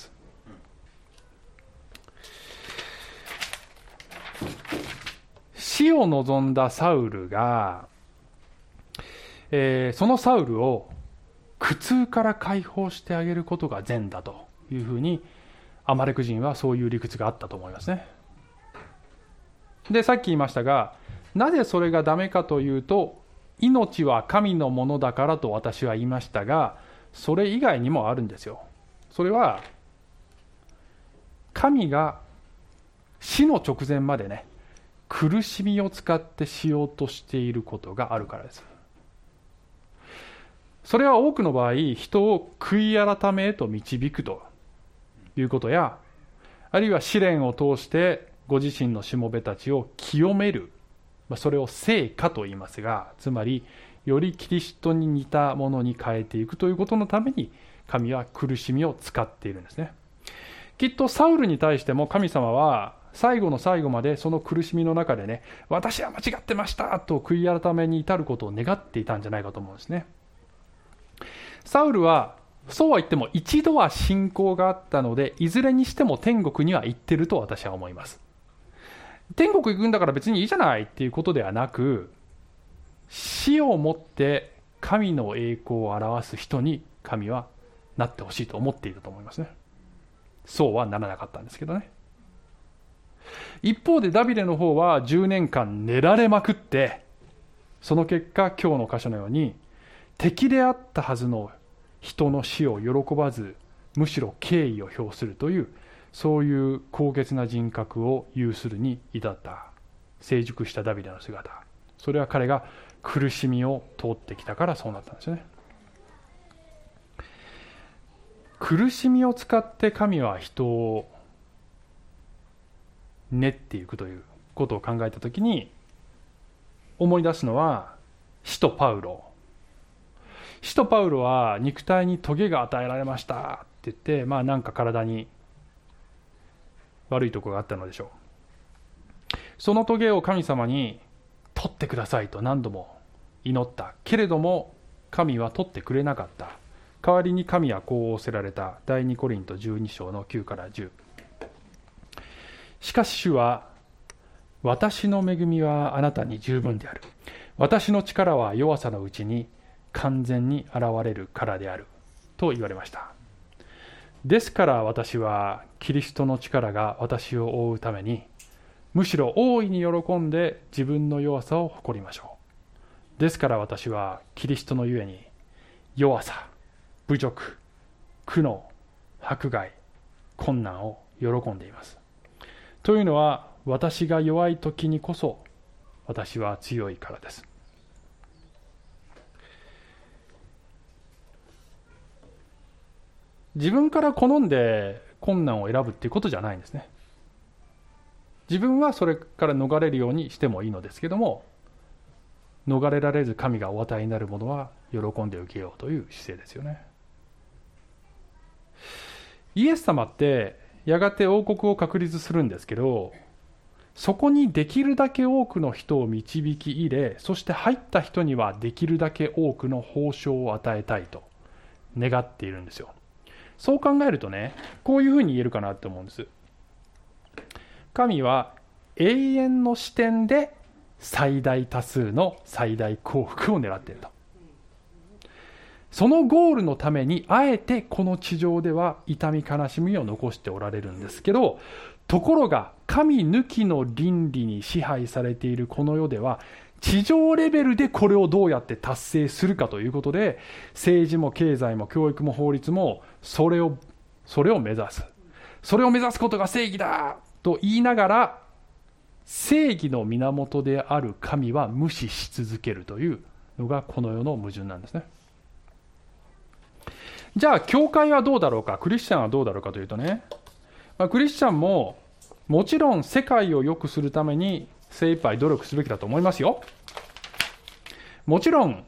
死を望んだサウルが、そのサウルを苦痛から解放してあげることが善だというふうに、アマレク人はそういう理屈があったと思いますね。で、さっき言いましたが、なぜそれがダメかというと、命は神のものだからと私は言いましたが、それ以外にもあるんですよ。それは神が死の直前までね、苦しみを使ってしようとしていることがあるからです。 それは多くの場合、人を悔い改めへと導くということや、あるいは試練を通してご自身のしもべたちを清める、それを聖化と言いますが、つまりよりキリストに似たものに変えていくということのために、神は苦しみを使っているんですね。きっとサウルに対しても神様は最後の最後までその苦しみの中でね、私は間違ってましたと悔い改めに至ることを願っていたんじゃないかと思うんですね。サウルはそうは言っても一度は信仰があったので、いずれにしても天国には行ってると私は思います。天国行くんだから別にいいじゃないっていうことではなく、死をもって神の栄光を表す人に神はなってほしいと思っていると思いますね。そうはならなかったんですけどね。一方でダビデの方は10年間練られまくって、その結果今日の箇所のように敵であったはずの人の死を喜ばず、むしろ敬意を表するという、そういう高潔な人格を有するに至った成熟したダビデの姿、それは彼が苦しみを通ってきたからそうなったんですね。苦しみを使って神は人を練っていくということを考えたときに思い出すのは使徒パウロ。使徒パウロは肉体に棘が与えられましたって言って、なんか体に悪いところがあったのでしょう。その棘を神様に取ってくださいと何度も祈ったけれども、神は取ってくれなかった。代わりに神はこう仰せられた。第2コリント12章の9から10。しかし主は、私の恵みはあなたに十分である。私の力は弱さのうちに完全に現れるからである。と言われました。ですから私はキリストの力が私を覆うために、むしろ大いに喜んで自分の弱さを誇りましょう。ですから私はキリストのゆえに弱さ、侮辱、苦悩、迫害、困難を喜んでいます。というのは、私が弱い時にこそ私は強いからです。自分から好んで困難を選ぶっていうことじゃないんですね。自分はそれから逃れるようにしてもいいのですけども、逃れられず神がお与えになるものは喜んで受けようという姿勢ですよね。イエス様ってやがて王国を確立するんですけど、そこにできるだけ多くの人を導き入れ、そして入った人にはできるだけ多くの報奨を与えたいと願っているんですよ。そう考えるとね、こういうふうに言えるかなと思うんです。神は永遠の視点で最大多数の最大幸福を狙っていると。そのゴールのためにあえてこの地上では痛み悲しみを残しておられるんですけど、ところが神抜きの倫理に支配されているこの世では、地上レベルでこれをどうやって達成するかということで、政治も経済も教育も法律もそれを目指す。それを目指すことが正義だと言いながら、正義の源である神は無視し続けるというのがこの世の矛盾なんですね。じゃあ教会はどうだろうか、クリスチャンはどうだろうかというとね、クリスチャンももちろん世界を良くするために精一杯努力すべきだと思いますよ。もちろん、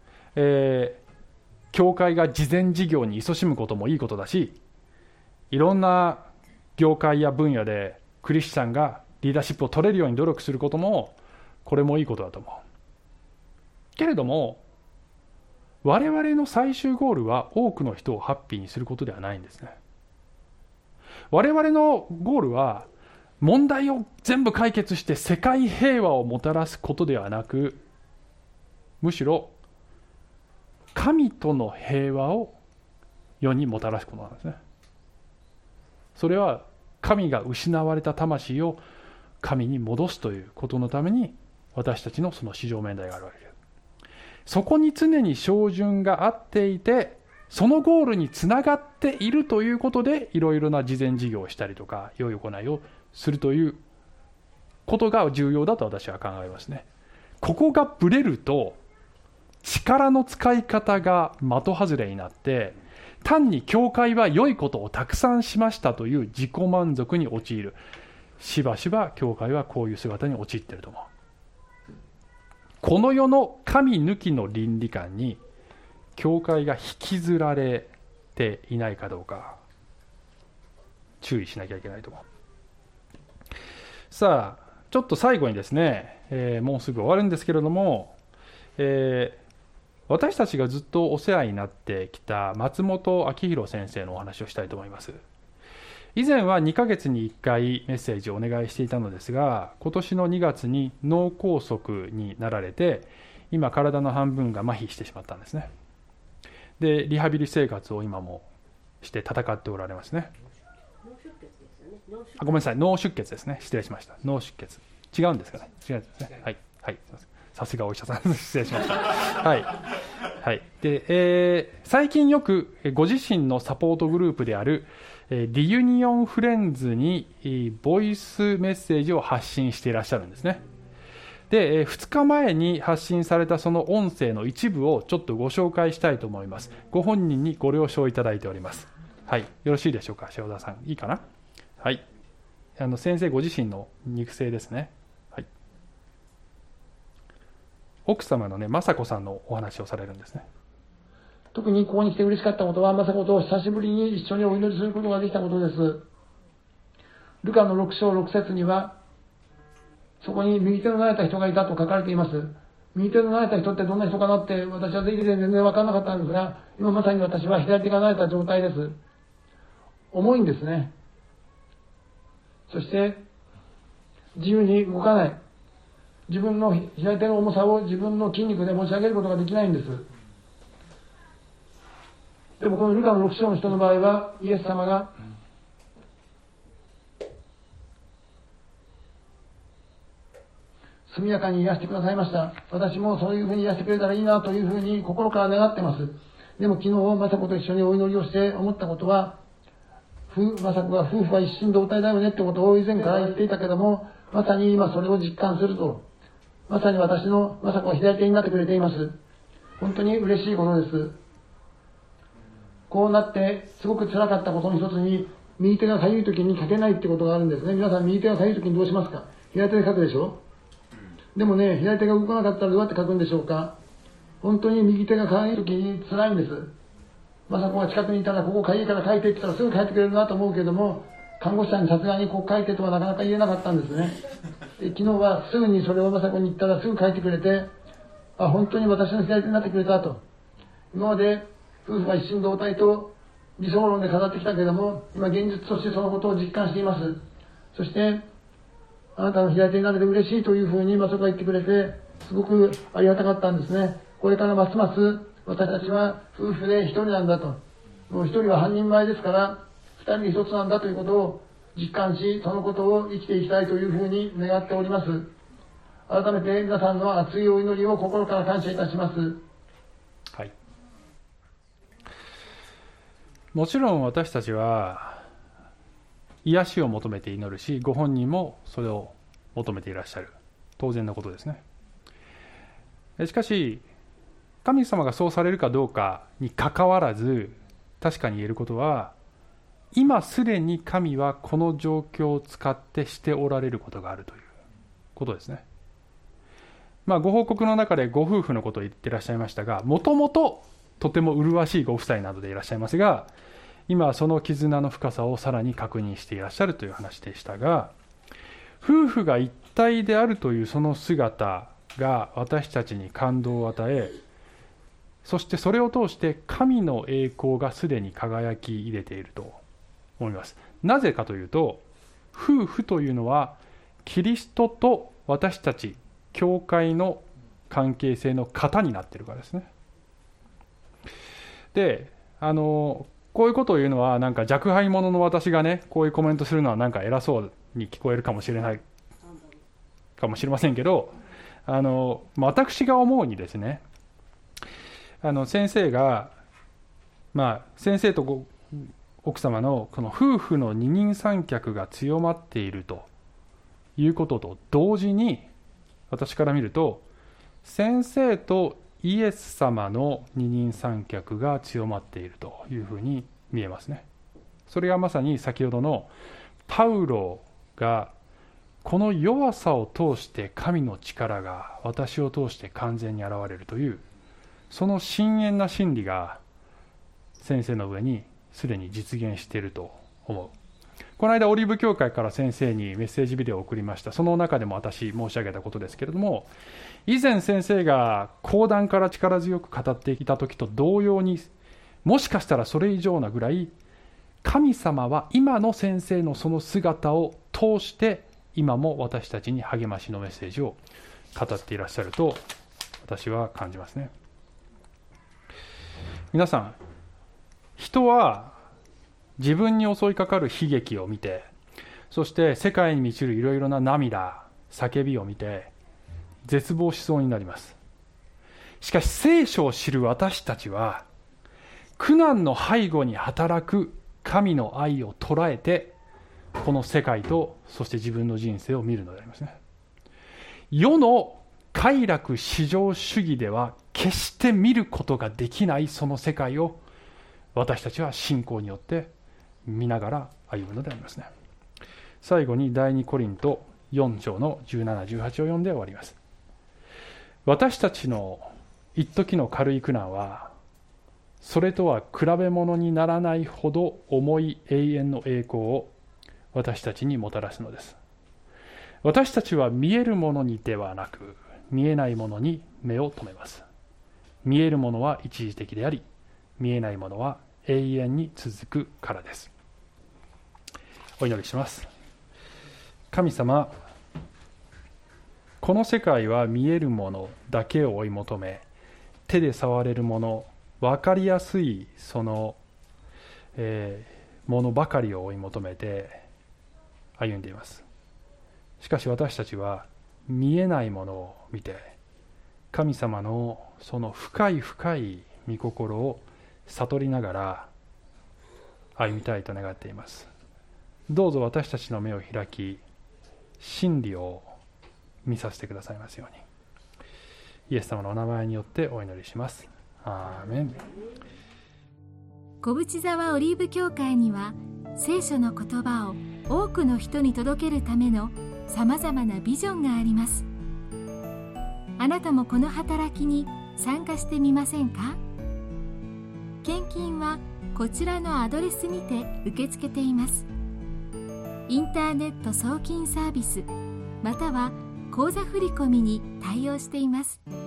教会が慈善事業に勤しむこともいいことだし、いろんな業界や分野でクリスチャンがリーダーシップを取れるように努力することも、これもいいことだと思う。けれども、我々の最終ゴールは多くの人をハッピーにすることではないんですね。我々のゴールは問題を全部解決して世界平和をもたらすことではなく、むしろ神との平和を世にもたらすことなんですね。それは神が失われた魂を神に戻すということのために、私たちのその至上命題があるわけです。そこに常に照準があっていて、そのゴールにつながっているということで、いろいろな慈善事業をしたりとか良い行いをするということが重要だと私は考えますね。ここがブレると力の使い方が的外れになって、単に教会は良いことをたくさんしましたという自己満足に陥る。しばしば教会はこういう姿に陥っていると思う。この世の神抜きの倫理観に教会が引きずられていないかどうか注意しなきゃいけないと思う。さあちょっと最後にですね、もうすぐ終わるんですけれども、私たちがずっとお世話になってきた松本明弘先生のお話をしたいと思います。以前は2ヶ月に1回メッセージをお願いしていたのですが、今年の2月に脳梗塞になられて、今体の半分が麻痺してしまったんですね。でリハビリ生活を今もして戦っておられますね。ごめんなさい、脳出血ですね。失礼しました。脳出血違うんですかね。違うんですね。はい、はい、さすがお医者さん失礼しました。はい、はい。で、最近よくご自身のサポートグループであるリユニオンフレンズにボイスメッセージを発信していらっしゃるんですね。で、2日前に発信されたその音声の一部をちょっとご紹介したいと思います。ご本人にご了承いただいております。はい、よろしいでしょうか。塩田さん、いいかな。はい、先生ご自身の肉声ですね。はい、奥様のね、雅子さんのお話をされるんですね。 特にここに来て嬉しかったことは、雅子と久しぶりに一緒にお祈りすることができたことです。ルカの6章6節には、そこに右手の慣れた人がいたと書かれています。右手の慣れた人ってどんな人かなって、私は全然分からなかったんですが、今まさに私は左手が慣れた状態です。重いんですね。そして、自由に動かない。自分の左手の重さを自分の筋肉で持ち上げることができないんです。でもこのルカの6章の人の場合は、イエス様が速やかに癒してくださいました。私もそういうふうに癒してくれたらいいなというふうに心から願ってます。でも昨日雅子と一緒にお祈りをして思ったことは、雅子が夫婦は一心同体だよねってことを以前から言っていたけども、まさに今それを実感すると、まさに私の雅子が左手になってくれています。本当に嬉しいことです。こうなってすごく辛かったことの一つに、右手がかゆい時に書けないってことがあるんですね。皆さん右手がかゆい時にどうしますか。左手で書くでしょ。でもね、左手が動かなかったらどうやって書くんでしょうか。本当に右手がかゆい時に辛いんです。雅子が近くにいたら、ここかゆいから書いてって言ったらすぐ書いてくれるなと思うけども、看護師さんにさすがにここ書いてとはなかなか言えなかったんですね。で昨日はすぐにそれを雅子に言ったらすぐ書いてくれて、あ、本当に私の左手になってくれたと。今まで夫婦は一心同体と理想論で語ってきたけれども、今現実としてそのことを実感しています。そしてあなたの左手になれて嬉しいというふうに雅子が言ってくれて、すごくありがたかったんですね。これからますます私たちは夫婦で一人なんだと、もう一人は半人前ですから二人で一つなんだということを実感し、そのことを生きていきたいというふうに願っております。改めて皆さんの熱いお祈りを心から感謝いたします。 はい、もちろん私たちは癒しを求めて祈るし、ご本人もそれを求めていらっしゃる、当然のことですね。しかし神様がそうされるかどうかにかかわらず、確かに言えることは、今すでに神はこの状況を使ってしておられることがあるということですね。ご報告の中でご夫婦のことを言っていらっしゃいましたが、もともととても麗しいご夫妻などでいらっしゃいますが、今はその絆の深さをさらに確認していらっしゃるという話でしたが、夫婦が一体であるというその姿が私たちに感動を与え、そしてそれを通して神の栄光がすでに輝き入れていると思います。なぜかというと、夫婦というのはキリストと私たち教会の関係性の型になっているからですね。で、こういうことを言うのは、なんか若輩者の私がね、こういうコメントするのはなんか偉そうに聞こえるかもしれないかもしれませんけど、私が思うにですね、先生が、先生と奥様のこの夫婦の二人三脚が強まっているということと同時に、私から見ると先生とイエス様の二人三脚が強まっているというふうに見えますね。それがまさに先ほどのパウロがこの弱さを通して神の力が私を通して完全に現れるという、その深遠な真理が先生の上にすでに実現していると思う。この間オリーブ教会から先生にメッセージビデオを送りました。その中でも私申し上げたことですけれども、以前先生が講談から力強く語っていた時と同様に、もしかしたらそれ以上なぐらい神様は今の先生のその姿を通して今も私たちに励ましのメッセージを語っていらっしゃると私は感じますね。皆さん、人は自分に襲いかかる悲劇を見て、そして世界に満ちるいろいろな涙、叫びを見て絶望しそうになります。しかし聖書を知る私たちは苦難の背後に働く神の愛を捉えてこの世界とそして自分の人生を見るのでありますね。世の快楽至上主義では決して見ることができないその世界を私たちは信仰によって見ながら歩むのでありますね。最後に第2コリント4章の17、18を読んで終わります。私たちの一時の軽い苦難はそれとは比べ物にならないほど重い永遠の栄光を私たちにもたらすのです。私たちは見えるものにではなく見えないものに目を留めます。見えるものは一時的であり、見えないものは永遠に続くからです。お祈りします。神様、この世界は見えるものだけを追い求め、手で触れるもの、分かりやすいその、ものばかりを追い求めて歩んでいます。しかし私たちは見えないものを見て、神様のその深い深い御心を悟りながら歩みたいと願っています。どうぞ私たちの目を開き、真理を見させてくださいますように。イエス様のお名前によってお祈りします。アーメン。 小淵沢オリーブ教会には聖書の言葉を多くの人に届けるためのさまざまなビジョンがあります。あなたもこの働きに参加してみませんか？献金はこちらのアドレスにて受け付けています。インターネット送金サービスまたは口座振込に対応しています。